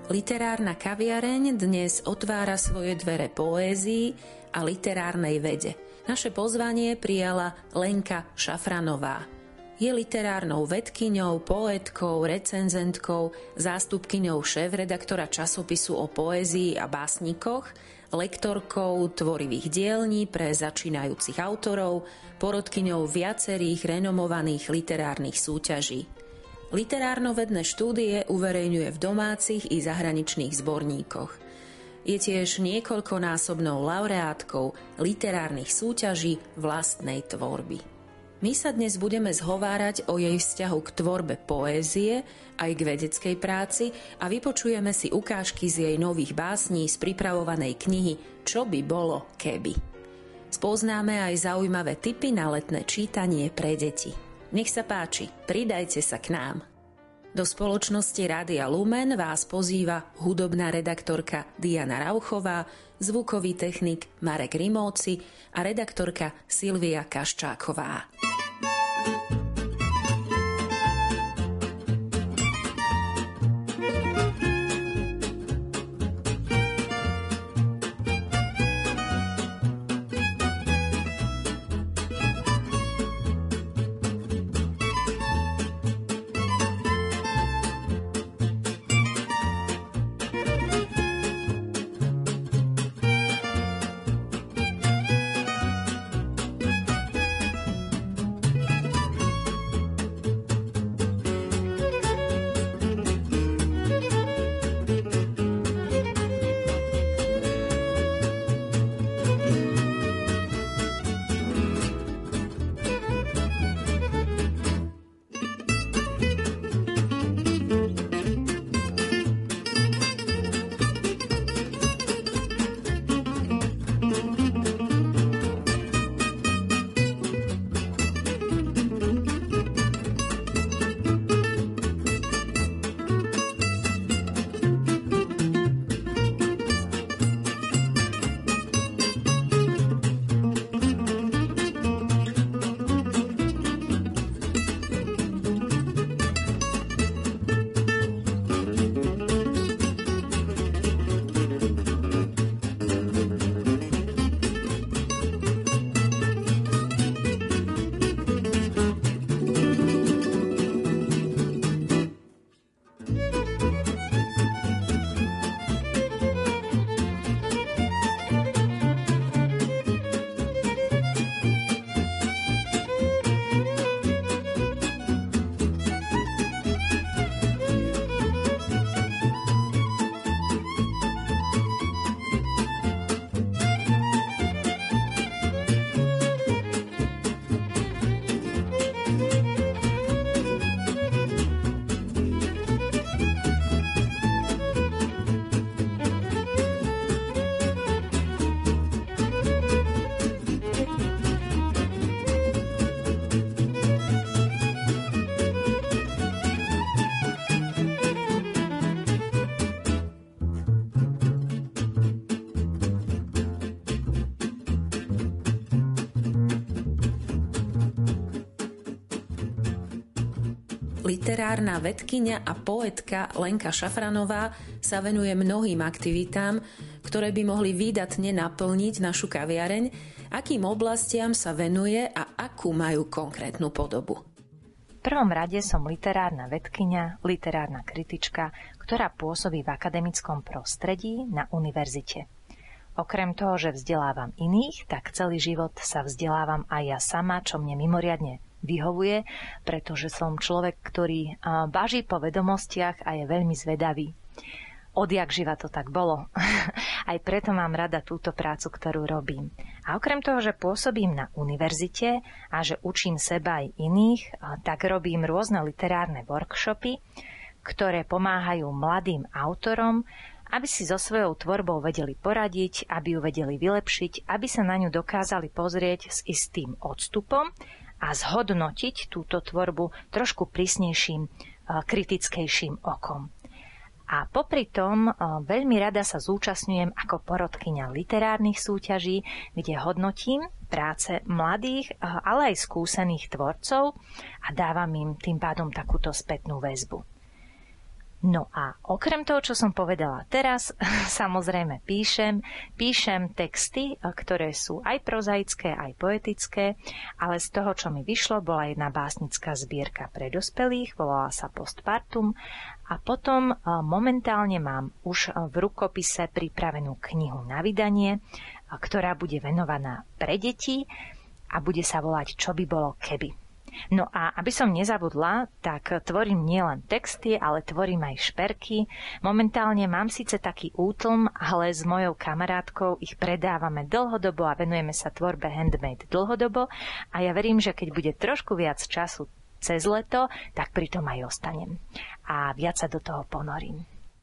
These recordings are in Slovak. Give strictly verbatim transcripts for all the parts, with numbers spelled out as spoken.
Literárna kaviareň dnes otvára svoje dvere poézii a literárnej vede. Naše pozvanie prijala Lenka Šafranová. Je literárnou vedkyňou, poétkou, recenzentkou, zástupkyňou šéfredaktora časopisu o poézii a básnikoch, lektorkou tvorivých dielní pre začínajúcich autorov, porodkyňou viacerých renomovaných literárnych súťaží. Literárno-vedné štúdie uverejňuje v domácich i zahraničných zborníkoch. Je tiež niekoľkonásobnou laureátkou literárnych súťaží vlastnej tvorby. My sa dnes budeme zhovárať o jej vzťahu k tvorbe poézie aj k vedeckej práci a vypočujeme si ukážky z jej nových básní z pripravovanej knihy Čo by bolo keby. Spoznáme aj zaujímavé tipy na letné čítanie pre deti. Nech sa páči, pridajte sa k nám. Do spoločnosti Rádia Lumen vás pozýva hudobná redaktorka Diana Rauchová, zvukový technik Marek Rimóci a redaktorka Silvia Kaščáková. Literárna vedkyňa a poetka Lenka Šafranová sa venuje mnohým aktivitám, ktoré by mohli výdatne naplniť našu kaviareň, akým oblastiam sa venuje a akú majú konkrétnu podobu. V prvom rade som literárna vedkyňa, literárna kritička, ktorá pôsobí v akademickom prostredí na univerzite. Okrem toho, že vzdelávam iných, tak celý život sa vzdelávam aj ja sama, čo mne mimoriadne vyhovuje, pretože som človek, ktorý baží po vedomostiach a je veľmi zvedavý. Odjak živa to tak bolo. Aj preto mám rada túto prácu, ktorú robím. A okrem toho, že pôsobím na univerzite a že učím seba aj iných, tak robím rôzne literárne workshopy, ktoré pomáhajú mladým autorom, aby si so svojou tvorbou vedeli poradiť, aby ju vedeli vylepšiť, aby sa na ňu dokázali pozrieť s istým odstupom a zhodnotiť túto tvorbu trošku prísnejším, kritickejším okom. A popri tom veľmi rada sa zúčastňujem ako porodkyňa literárnych súťaží, kde hodnotím práce mladých, ale aj skúsených tvorcov a dávam im tým pádom takúto spätnú väzbu. No a okrem toho, čo som povedala teraz, samozrejme píšem, píšem texty, ktoré sú aj prozaické, aj poetické, ale z toho, čo mi vyšlo, bola jedna básnická zbierka pre dospelých, volala sa Postpartum a potom momentálne mám už v rukopise pripravenú knihu na vydanie, ktorá bude venovaná pre deti a bude sa volať Čo by bolo keby. No a aby som nezabudla, tak tvorím nielen texty, ale tvorím aj šperky. Momentálne mám síce taký útlm, ale s mojou kamarátkou ich predávame dlhodobo a venujeme sa tvorbe handmade dlhodobo a ja verím, že keď bude trošku viac času cez leto, tak pri tom aj ostanem a viac sa do toho ponorím.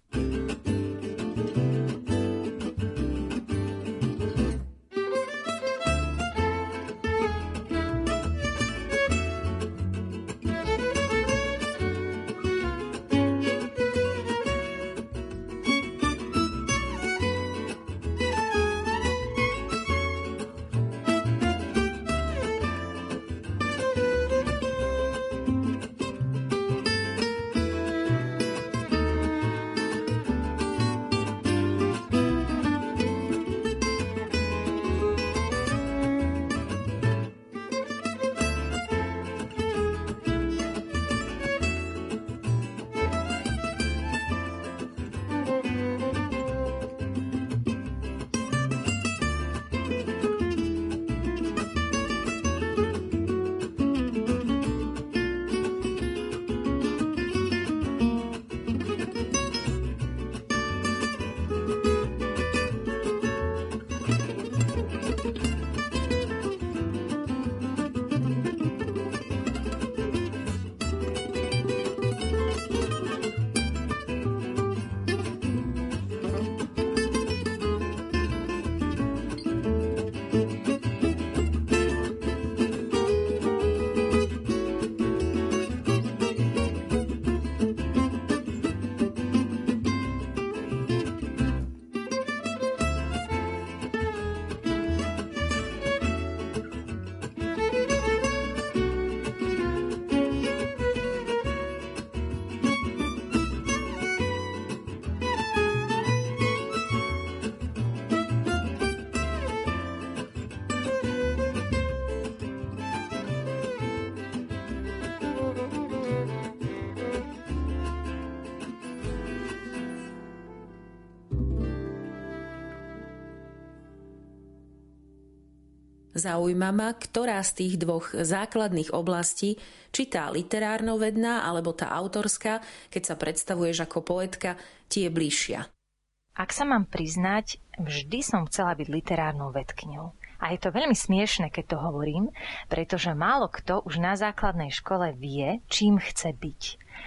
Zaujíma ma, ktorá z tých dvoch základných oblastí, či tá literárno-vedná alebo tá autorská, keď sa predstavuješ ako poetka, ti je bližšia. Ak sa mám priznať, vždy som chcela byť literárnou vedkyňou. A je to veľmi smiešne, keď to hovorím, pretože málo kto už na základnej škole vie, čím chce byť.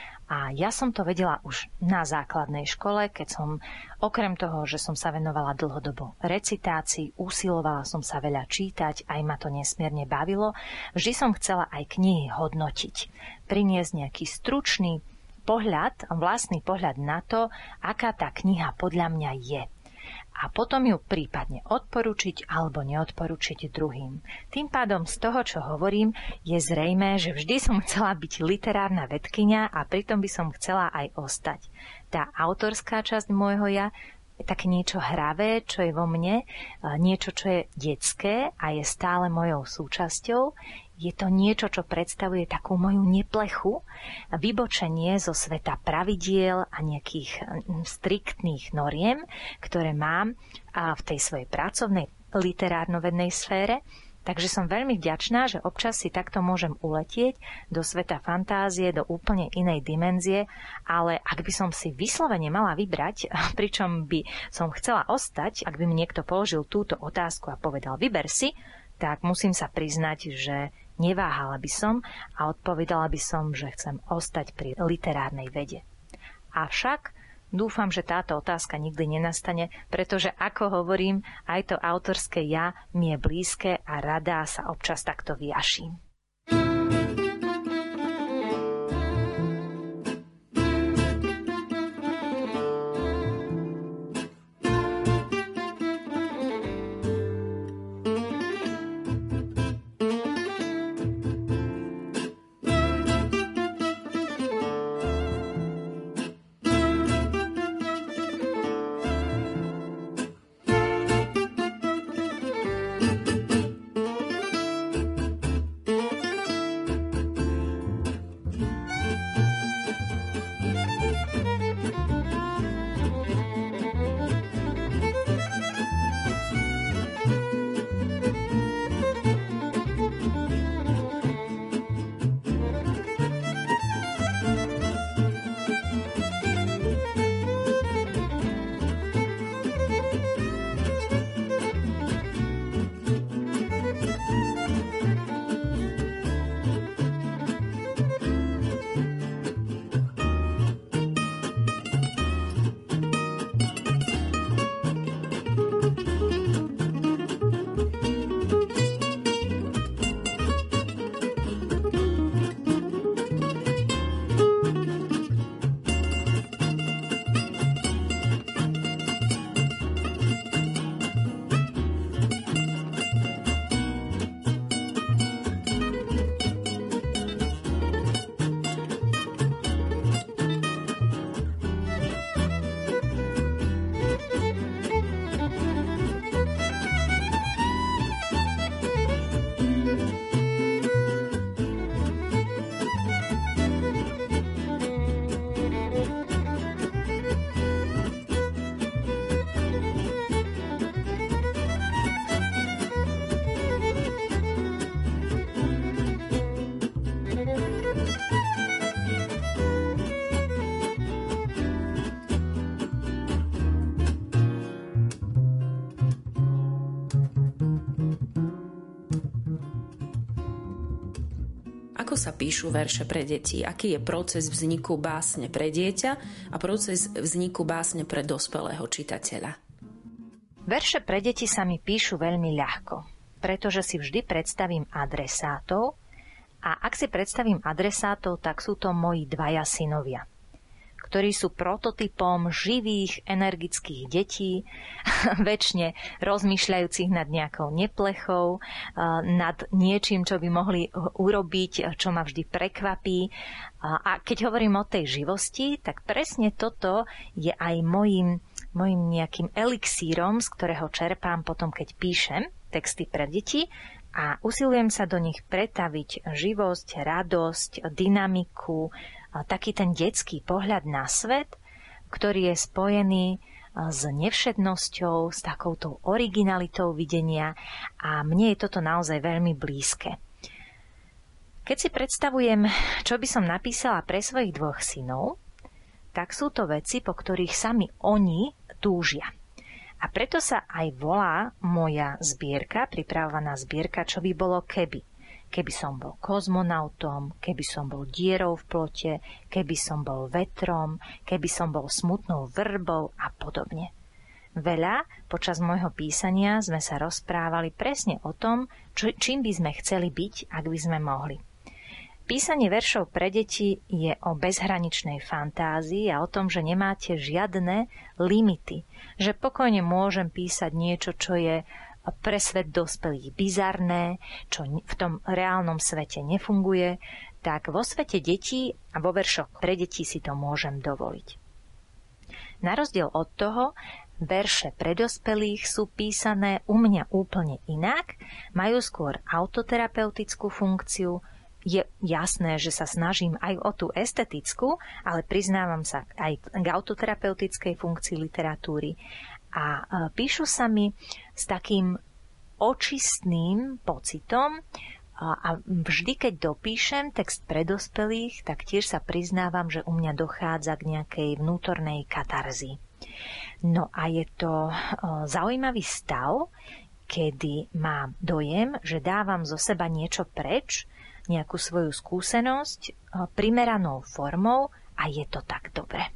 A ja som to vedela už na základnej škole, keď som, okrem toho, že som sa venovala dlhodobo recitácii, usilovala som sa veľa čítať, aj ma to nesmierne bavilo, vždy som chcela aj knihy hodnotiť, priniesť nejaký stručný pohľad, vlastný pohľad na to, aká tá kniha podľa mňa je. A potom ju prípadne odporučiť alebo neodporučiť druhým. Tým pádom z toho, čo hovorím, je zrejmé, že vždy som chcela byť literárna vedkyňa a pritom by som chcela aj ostať. Tá autorská časť môjho ja je také niečo hravé, čo je vo mne, niečo, čo je detské a je stále mojou súčasťou. Je to niečo, čo predstavuje takú moju neplechu, vybočenie zo sveta pravidiel a nejakých striktných noriem, ktoré mám v tej svojej pracovnej literárno-vednej sfére. Takže som veľmi vďačná, že občas si takto môžem uletieť do sveta fantázie, do úplne inej dimenzie, ale ak by som si vyslovene mala vybrať, pričom by som chcela ostať, ak by mi niekto položil túto otázku a povedal vyber si, tak musím sa priznať, že neváhala by som a odpovedala by som, že chcem ostať pri literárnej vede. Avšak dúfam, že táto otázka nikdy nenastane, pretože ako hovorím, aj to autorské ja mi je blízke a rada sa občas takto vyjaším. Ako sa píšu verše pre deti? Aký je proces vzniku básne pre dieťa a proces vzniku básne pre dospelého čitateľa? Verše pre deti sa mi píšu veľmi ľahko, pretože si vždy predstavím adresátov a ak si predstavím adresátov, tak sú to moji dvaja synovia, ktorí sú prototypom živých, energických detí, večne rozmýšľajúcich nad nejakou neplechou, nad niečím, čo by mohli urobiť, čo ma vždy prekvapí. A keď hovorím o tej živosti, tak presne toto je aj mojim, mojim nejakým elixírom, z ktorého čerpám potom, keď píšem texty pre deti a usilujem sa do nich pretaviť živosť, radosť, dynamiku, taký ten detský pohľad na svet, ktorý je spojený s nevšednosťou, s takouto originalitou videnia a mne je toto naozaj veľmi blízke. Keď si predstavujem, čo by som napísala pre svojich dvoch synov, tak sú to veci, po ktorých sami oni túžia. A preto sa aj volá moja zbierka, pripravovaná zbierka, čo by bolo keby. Keby som bol kozmonautom, keby som bol dierou v plote, keby som bol vetrom, keby som bol smutnou vrbou a podobne. Veľa počas môjho písania sme sa rozprávali presne o tom, čo, čím by sme chceli byť, ak by sme mohli. Písanie veršov pre deti je o bezhraničnej fantázii a o tom, že nemáte žiadne limity. Že pokojne môžem písať niečo, čo je pre svet dospelých bizarné, čo v tom reálnom svete nefunguje, tak vo svete detí a vo veršoch pre deti si to môžem dovoliť. Na rozdiel od toho, verše pre dospelých sú písané u mňa úplne inak, majú skôr autoterapeutickú funkciu. Je jasné, že sa snažím aj o tú estetickú, ale priznávam sa aj k autoterapeutickej funkcii literatúry. A píšu sa mi s takým očistným pocitom a vždy, keď dopíšem text pre dospelých, tak tiež sa priznávam, že u mňa dochádza k nejakej vnútornej katarzii. No a je to zaujímavý stav, kedy mám dojem, že dávam zo seba niečo preč, nejakú svoju skúsenosť primeranou formou a je to tak dobre.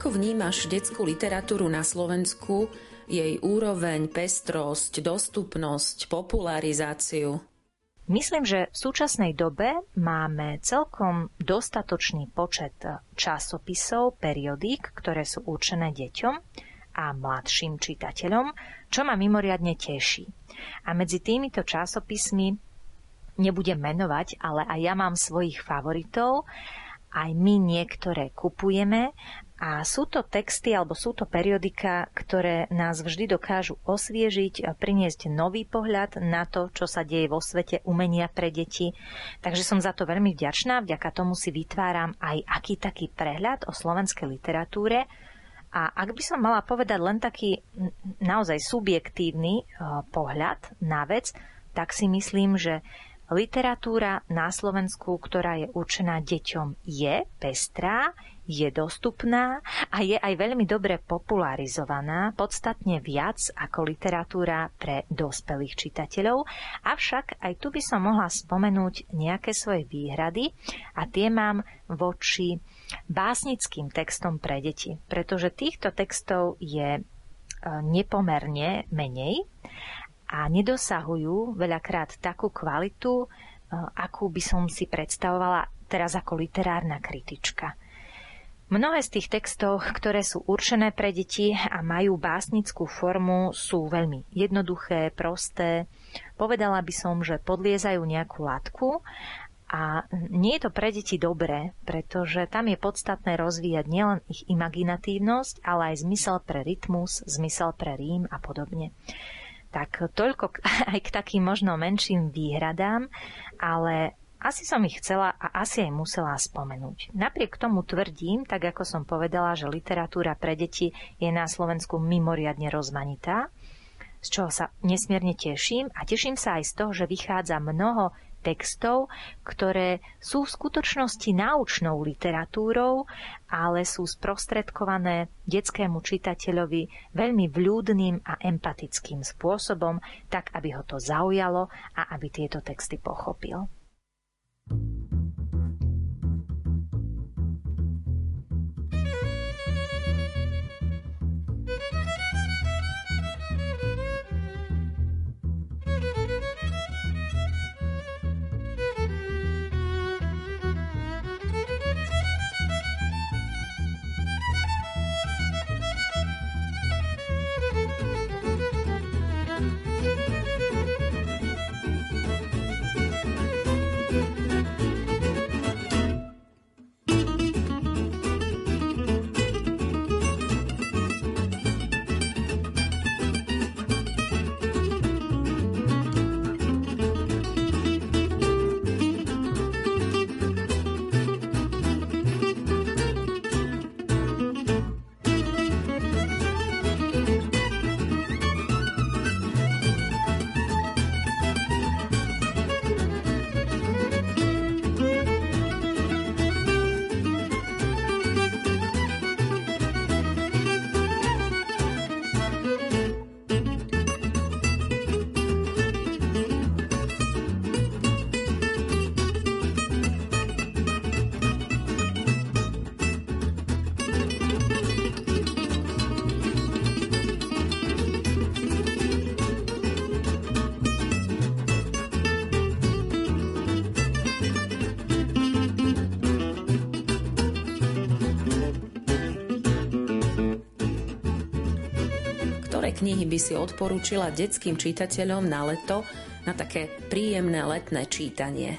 Ako vnímaš detskú literatúru na Slovensku, jej úroveň, pestrosť, dostupnosť, popularizáciu? Myslím, že v súčasnej dobe máme celkom dostatočný počet časopisov, periodík, ktoré sú určené deťom a mladším čitateľom, čo ma mimoriadne teší. A medzi týmito časopismi nebudem menovať, ale aj ja mám svojich favoritov, aj my niektoré kupujeme a sú to texty alebo sú to periodika, ktoré nás vždy dokážu osviežiť a priniesť nový pohľad na to, čo sa deje vo svete umenia pre deti. Takže som za to veľmi vďačná, vďaka tomu si vytváram aj aký taký prehľad o slovenskej literatúre. A ak by som mala povedať len taký naozaj subjektívny pohľad na vec, tak si myslím, že literatúra na Slovensku, ktorá je určená deťom, je pestrá, je dostupná a je aj veľmi dobre popularizovaná, podstatne viac ako literatúra pre dospelých čitateľov. Avšak aj tu by som mohla spomenúť nejaké svoje výhrady a tie mám voči básnickým textom pre deti, pretože týchto textov je nepomerne menej a nedosahujú veľakrát takú kvalitu, akú by som si predstavovala teraz ako literárna kritička. Mnohé z tých textov, ktoré sú určené pre deti a majú básnickú formu, sú veľmi jednoduché, prosté. Povedala by som, že podliezajú nejakú latku a nie je to pre deti dobré, pretože tam je podstatné rozvíjať nielen ich imaginatívnosť, ale aj zmysel pre rytmus, zmysel pre rím a podobne. Tak toľko aj k takým možno menším výhradám, ale asi som ich chcela a asi aj musela spomenúť. Napriek tomu tvrdím, tak ako som povedala, že literatúra pre deti je na Slovensku mimoriadne rozmanitá, z čoho sa nesmierne teším a teším sa aj z toho, že vychádza mnoho textov, ktoré sú v skutočnosti náučnou literatúrou, ale sú sprostredkované detskému čitateľovi veľmi vľúdnym a empatickým spôsobom, tak aby ho to zaujalo a aby tieto texty pochopil. Knihy by si odporúčila detským čitateľom na leto, na také príjemné letné čítanie?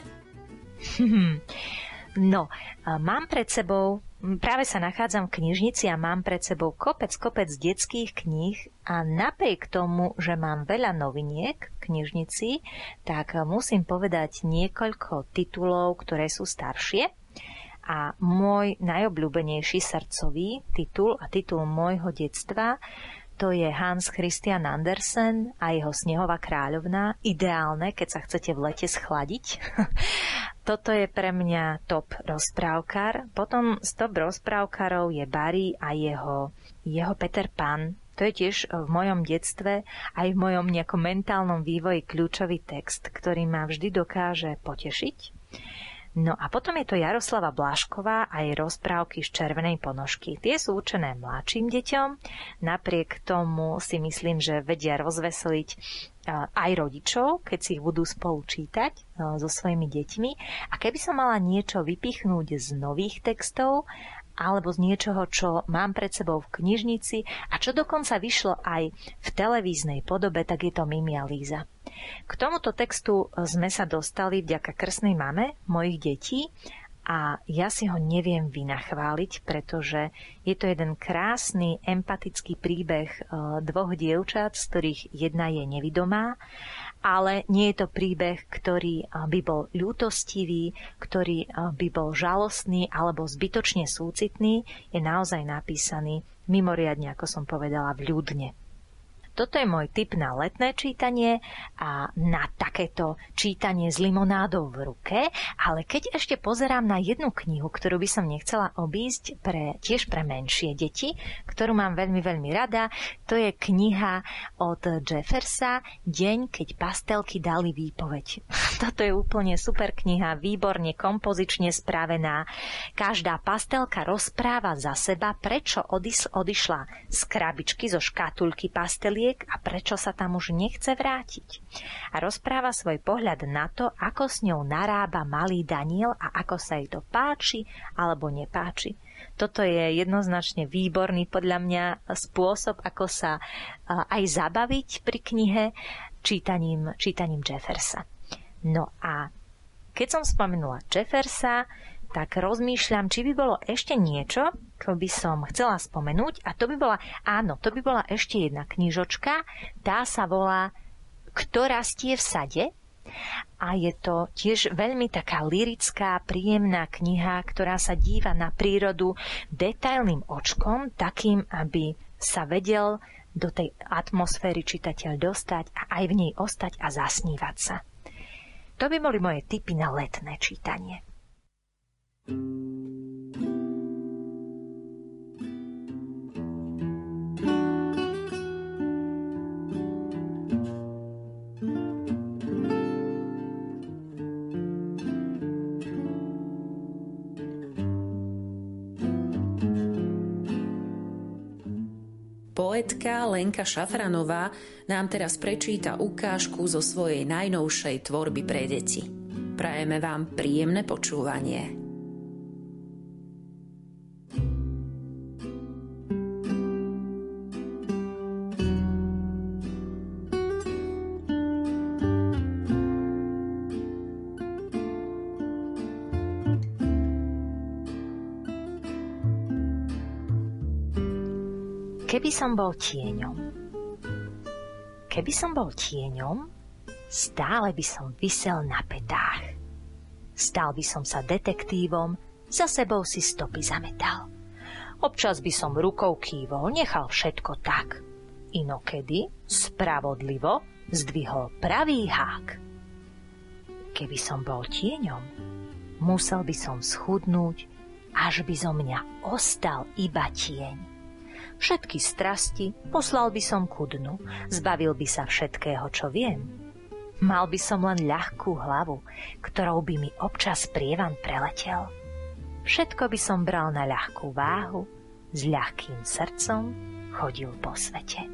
No, mám pred sebou, práve sa nachádzam v knižnici a mám pred sebou kopec, kopec detských kníh a napriek tomu, že mám veľa noviniek v knižnici, tak musím povedať niekoľko titulov, ktoré sú staršie. A môj najobľúbenejší srdcový titul a titul môjho detstva, to je Hans Christian Andersen a jeho Snehová kráľovná. Ideálne, keď sa chcete v lete schladiť. Toto je pre mňa top rozprávkar. Potom z top rozprávkarov je Barry a jeho, jeho Peter Pan. To je tiež v mojom detstve aj v mojom nejakom mentálnom vývoji kľúčový text, ktorý ma vždy dokáže potešiť. No a potom je to Jaroslava Blašková a jej rozprávky z Červenej ponožky. Tie sú určené mladším deťom, napriek tomu si myslím, že vedia rozveseliť aj rodičov, keď si ich budú spolu čítať so svojimi deťmi. A keby som mala niečo vypichnúť z nových textov, alebo z niečoho, čo mám pred sebou v knižnici a čo dokonca vyšlo aj v televíznej podobe, tak je to Mimi a Líza. K tomuto textu sme sa dostali vďaka krstnej mame mojich detí a ja si ho neviem vynachváliť, pretože je to jeden krásny, empatický príbeh dvoch dievčat, z ktorých jedna je nevidomá, ale nie je to príbeh, ktorý by bol ľútostivý, ktorý by bol žalostný alebo zbytočne súcitný, je naozaj napísaný mimoriadne, ako som povedala, vľúdne. Toto je môj tip na letné čítanie a na takéto čítanie s limonádou v ruke, ale keď ešte pozerám na jednu knihu, ktorú by som nechcela obísť pre, tiež pre menšie deti, ktorú mám veľmi, veľmi rada, to je kniha od Jeffersa Deň, keď pastelky dali výpoveď. Toto je úplne super kniha, výborne kompozične spravená. Každá pastelka rozpráva za seba, prečo odišla z krabičky, zo škatulky pasteliek a prečo sa tam už nechce vrátiť. A rozpráva svoj pohľad na to, ako s ňou narába malý Daniel a ako sa jej to páči alebo nepáči. Toto je jednoznačne výborný podľa mňa spôsob, ako sa aj zabaviť pri knihe čítaním, čítaním Jeffersa. No a keď som spomenula Jeffersa, tak rozmýšľam, či by bolo ešte niečo, čo by som chcela spomenúť. A to by bola, áno, to by bola ešte jedna knižočka. Tá sa volá Kto rastie v sade. A je to tiež veľmi taká lyrická, príjemná kniha, ktorá sa díva na prírodu detailným očkom, takým, aby sa vedel do tej atmosféry čitateľ dostať a aj v nej ostať a zasnívať sa. To by boli moje tipy na letné čítanie. Poetka Lenka Šafranová nám teraz prečíta ukážku zo svojej najnovšej tvorby pre deti. Prajeme vám príjemné počúvanie. Keby som bol tieňom. Keby som bol tieňom, stále by som visel na petách. Stal by som sa detektívom, za sebou si stopy zametal. Občas by som rukou kývol, nechal všetko tak. Inokedy spravodlivo zdvihol pravý hák. Keby som bol tieňom, musel by som schudnúť, až by zo mňa ostal iba tieň. Všetky strasti poslal by som ku dnu, zbavil by sa všetkého, čo viem. Mal by som len ľahkú hlavu, ktorou by mi občas prievan preletel. Všetko by som bral na ľahkú váhu, s ľahkým srdcom chodil po svete.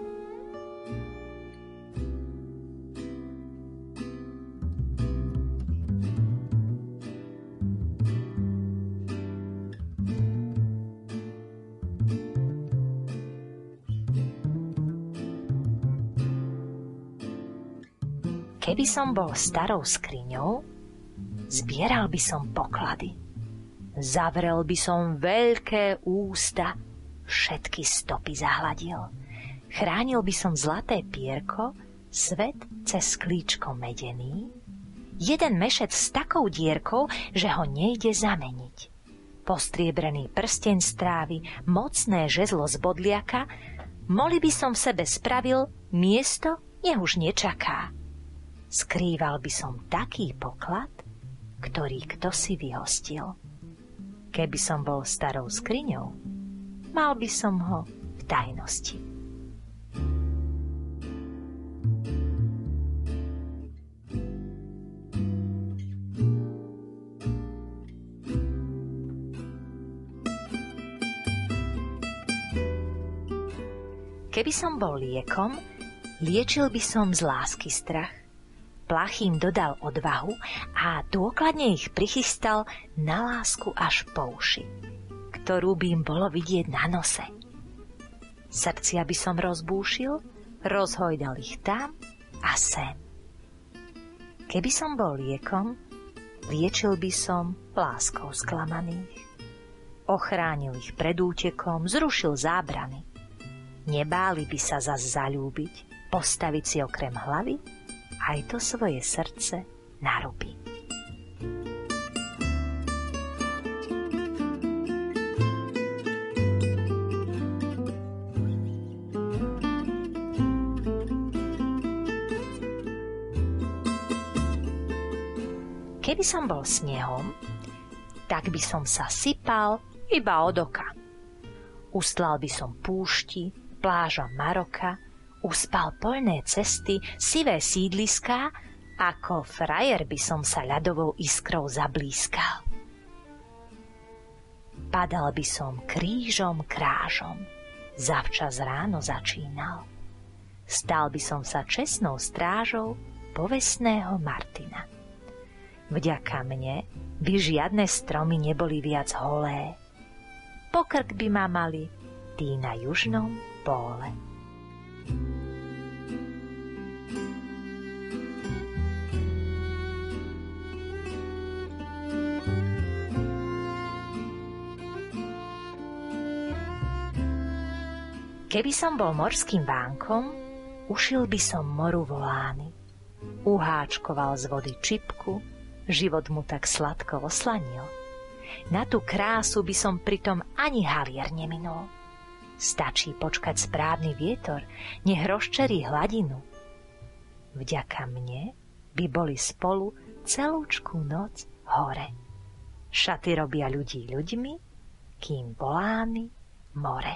Keby som bol starou skriňou, zbieral by som poklady. Zavrel by som veľké ústa, všetky stopy zahladil. Chránil by som zlaté pierko, svet cez klíčko medený. Jeden mešec s takou dierkou, že ho nejde zameniť. Postriebrený prsteň z trávy, mocné žezlo z bodliaka, moli by som v sebe spravil, miesto nech už nečaká. Skrýval by som taký poklad, ktorý kto si vyhostil. Keby som bol starou skriňou, mal by som ho v tajnosti. Keby som bol liekom, liečil by som z lásky strach. Plachým dodal odvahu a dôkladne ich prichystal na lásku až po uši, ktorú by im bolo vidieť na nose. Srdcia by som rozbúšil, rozhojdal ich tam a sem. Keby som bol liekom, liečil by som láskou sklamaných. Ochránil ich pred útekom, zrušil zábrany. Nebáli by sa zas zaľúbiť, postaviť si okrem hlavy aj to svoje srdce na ruby. Keby som bol snehom, tak by som sa sypal iba od oka. Ustlal by som púšti, pláža Maroka, uspal poľné cesty, sivé sídliská, ako frajer by som sa ľadovou iskrou zablískal. Padal by som krížom krážom, zavčas ráno začínal. Stal by som sa čestnou strážou povestného Martina. Vďaka mne by žiadne stromy neboli viac holé. Pokrk by ma mali tí na južnom póle. Keby som bol morským vánkom, ušil by som moru volány. Uháčkoval z vody čipku, život mu tak sladko oslanil. Na tú krásu by som pritom ani halier neminul. Stačí počkať správny vietor, nech rozčerí hladinu. Vďaka mne by boli spolu celúčku noc hore. Šaty robia ľudí ľuďmi, kým volány more.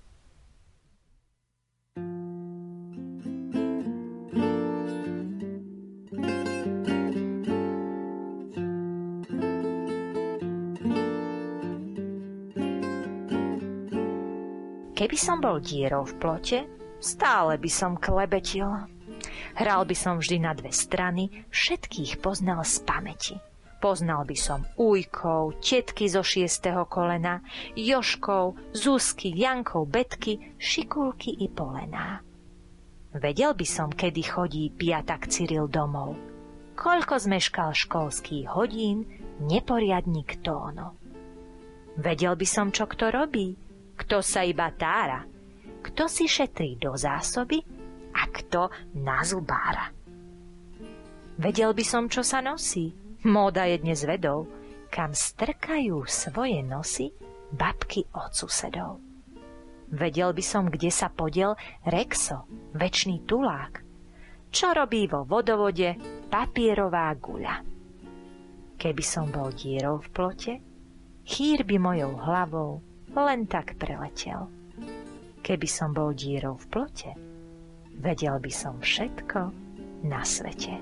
Keby som bol dierou v plote, stále by som klebetil. Hral by som vždy na dve strany, všetkých poznal z pamäti. Poznal by som Ujkov, tetky zo šiesteho kolena, Jožkov, Zuzky, Jankov, Betky, Šikulky i Polená. Vedel by som, kedy chodí piatak Cyril domov. Koľko zmeškal školských hodín, neporiadnik Tóno. Vedel by som, čo kto robí, kto sa iba tára, kto si šetrí do zásoby a kto na zubára. Vedel by som, čo sa nosí, móda je dnes vedou, kam strkajú svoje nosy babky od susedov. Vedel by som, kde sa podiel Rexo, večný tulák, čo robí vo vodovode papierová guľa. Keby som bol dierou v plote, chýr by mojou hlavou len tak preletel. Keby som bol dierou v plote, vedel by som všetko na svete.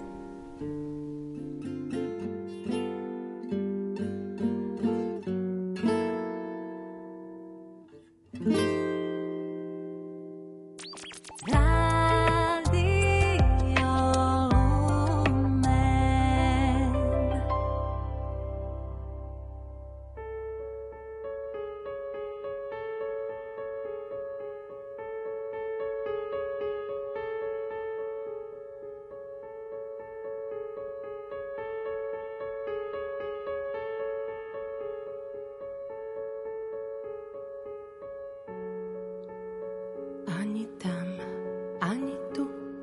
Ani tam, ani tu,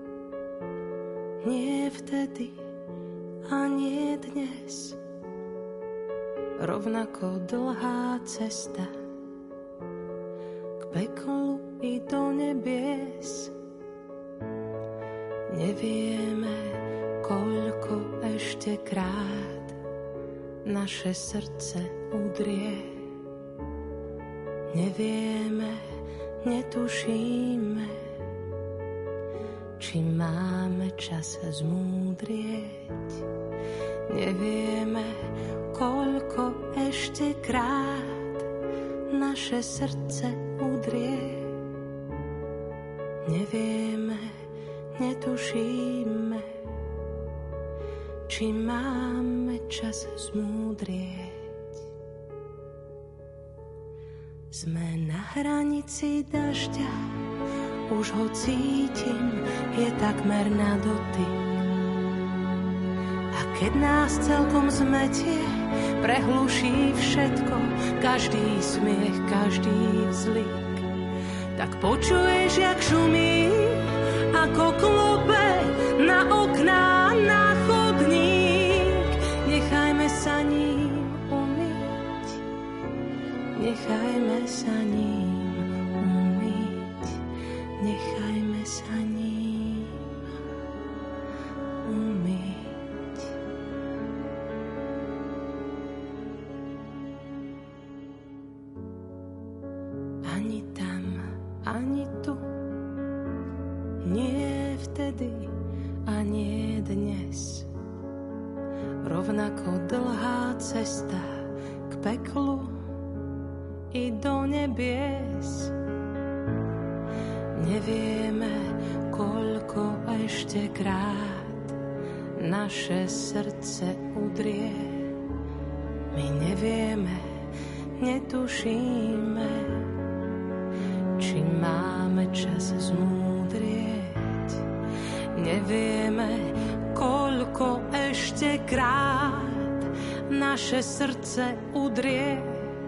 nie vtedy a nie dnes. Rovnako dlhá cesta k peklu i do nebies. Nevieme, koľko ešte krát naše srdce udrie. Nevieme, netušíme, či máme čas zmúdrieť. Nevieme, koľko ešte krát naše srdce udrie. Nevieme, netušíme, či máme čas zmúdrieť. Sme na hranici dažďa, už ho cítim, je takmer na dotyk. A keď nás celkom zmetie, prehluší všetko, každý smiech, každý vzlik. Tak počuješ, jak šumí, ako klope na okná, na chodník. Nechajme sa ním umyť, nechajme sa ním umyť, nechajme sa ním umyť. Ani tam, ani tu, nie vtedy a nie dnes. Rovnako dlhá cesta k peklu i do nebies. Nevieme, koľko ešte krát naše srdce udrie. My nevieme, netušíme, či máme čas zmúdrieť. Nevieme, koľko ešte krát naše srdce udrie.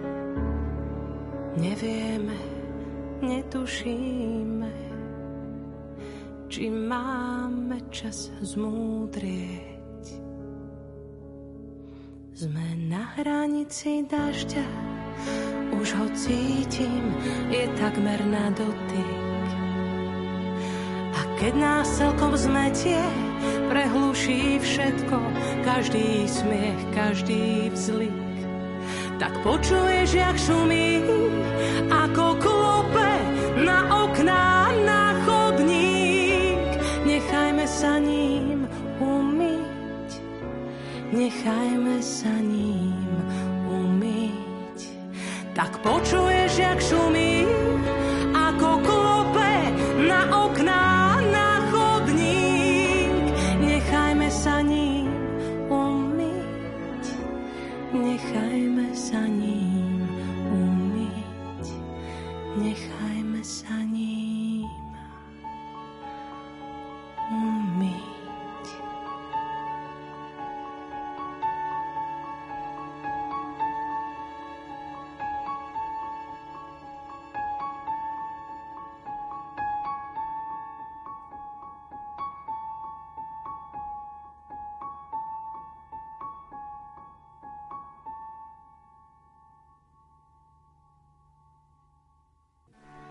Nevieme, netušíme, či máme čas zmúdrieť. Sme na hranici dažďa, už ho cítim, je takmer na dotyk. A keď nás celkom zmetie, prehluší všetko, každý smiech, každý vzlik. Tak počuješ, jak šumí, ako klope na okná, na chodník. Nechajme sa ním umyť, nechajme sa ním umyť. Tak počuješ, jak šumí,